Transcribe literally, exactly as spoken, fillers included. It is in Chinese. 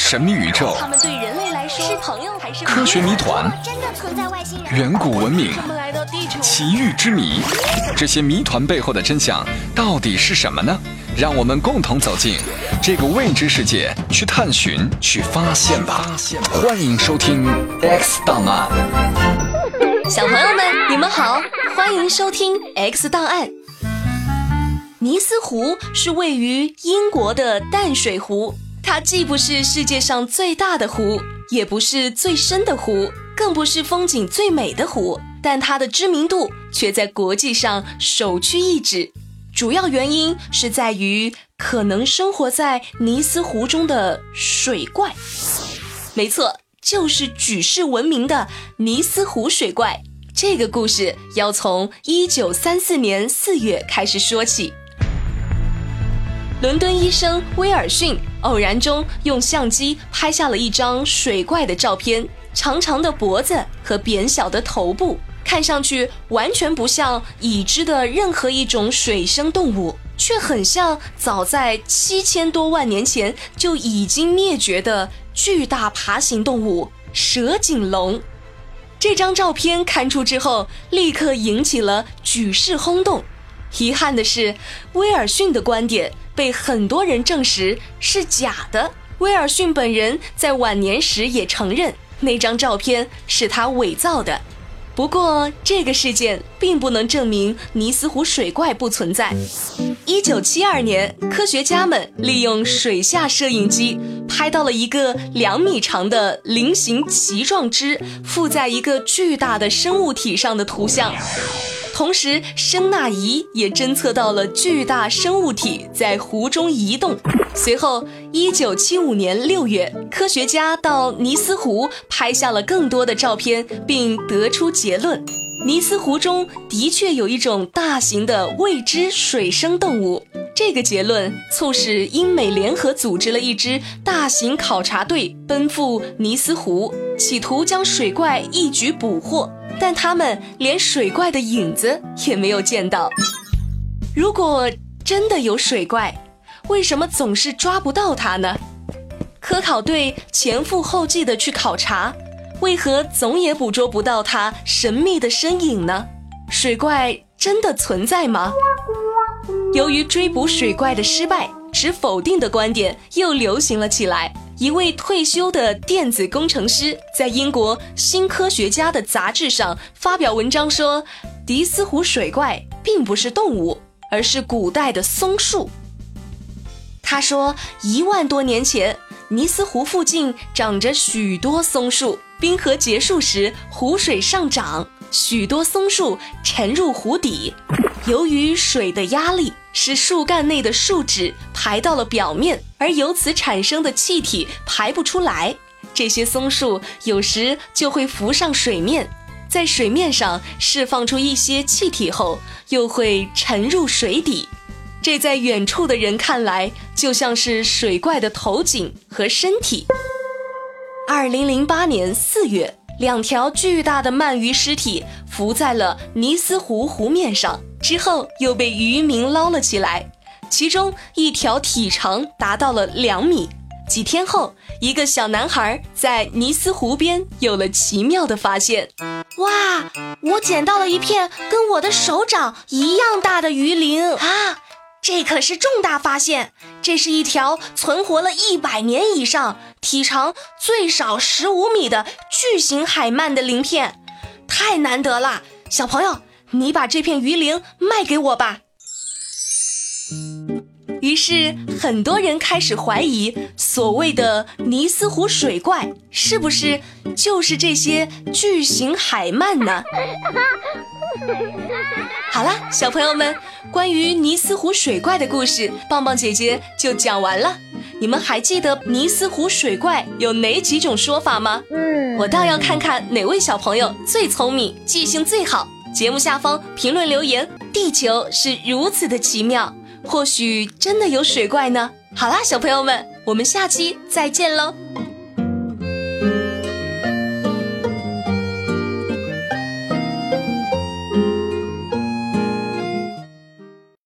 神秘宇宙， 他们对人类来说是朋友还是科学谜团， 真的存在外星人？ 远古文明， 他们来到地球， 奇遇之谜，这些谜团背后的真相到底是什么呢？让我们共同走进这个未知世界，去探寻，去发现吧！欢迎收听 X 档案。 小朋友们，你们好，欢迎收听 X 档案。尼斯湖是位于英国的淡水湖，它既不是世界上最大的湖，也不是最深的湖，更不是风景最美的湖，但它的知名度却在国际上首屈一指。主要原因是在于可能生活在尼斯湖中的水怪。没错，就是举世闻名的尼斯湖水怪。这个故事要从一九三四年四月开始说起。伦敦医生威尔逊偶然中用相机拍下了一张水怪的照片，长长的脖子和扁小的头部，看上去完全不像已知的任何一种水生动物，却很像早在七千多万年前就已经灭绝的巨大爬行动物蛇颈龙。这张照片刊出之后，立刻引起了举世轰动。遗憾的是，威尔逊的观点被很多人证实是假的。威尔逊本人在晚年时也承认，那张照片是他伪造的。不过，这个事件并不能证明尼斯湖水怪不存在。一九七二年，科学家们利用水下摄影机拍到了一个两米长的菱形鳍状肢附在一个巨大的生物体上的图像。同时，声纳仪也侦测到了巨大生物体在湖中移动。随后，一九七五年六月，科学家到尼斯湖拍下了更多的照片，并得出结论：尼斯湖中的确有一种大型的未知水生动物。这个结论促使英美联合组织了一支大型考察队奔赴尼斯湖，企图将水怪一举捕获。但他们连水怪的影子也没有见到。如果真的有水怪，为什么总是抓不到它呢？科考队前赴后继地去考察，为何总也捕捉不到它神秘的身影呢？水怪真的存在吗？由于追捕水怪的失败，持否定的观点又流行了起来。一位退休的电子工程师在英国《新科学家》的杂志上发表文章说，尼斯湖水怪并不是动物，而是古代的松树。他说，一万多年前，尼斯湖附近长着许多松树，冰河结束时，湖水上涨，许多松树沉入湖底。由于水的压力使树干内的树脂排到了表面，而由此产生的气体排不出来，这些松树有时就会浮上水面，在水面上释放出一些气体后，又会沉入水底。这在远处的人看来，就像是水怪的头颈和身体。二零零八年四月，两条巨大的鳗鱼尸体浮在了尼斯湖湖面上，之后又被渔民捞了起来，其中一条体长达到了两米。几天后，一个小男孩在尼斯湖边有了奇妙的发现。 哇，我捡到了一片跟我的手掌一样大的鱼鳞啊！这可是重大发现，这是一条存活了一百年以上，体长最少十五米的巨型海鳗的鳞片，太难得了！小朋友，你把这片鱼鳞卖给我吧。 于是很多人开始怀疑，所谓的尼斯湖水怪是不是就是这些巨型海鳗呢？好了，小朋友们，关于尼斯湖水怪的故事，棒棒姐姐就讲完了。你们还记得尼斯湖水怪有哪几种说法吗？嗯，我倒要看看哪位小朋友最聪明，记性最好。节目下方评论留言，地球是如此的奇妙，或许真的有水怪呢。好啦，小朋友们，我们下期再见喽。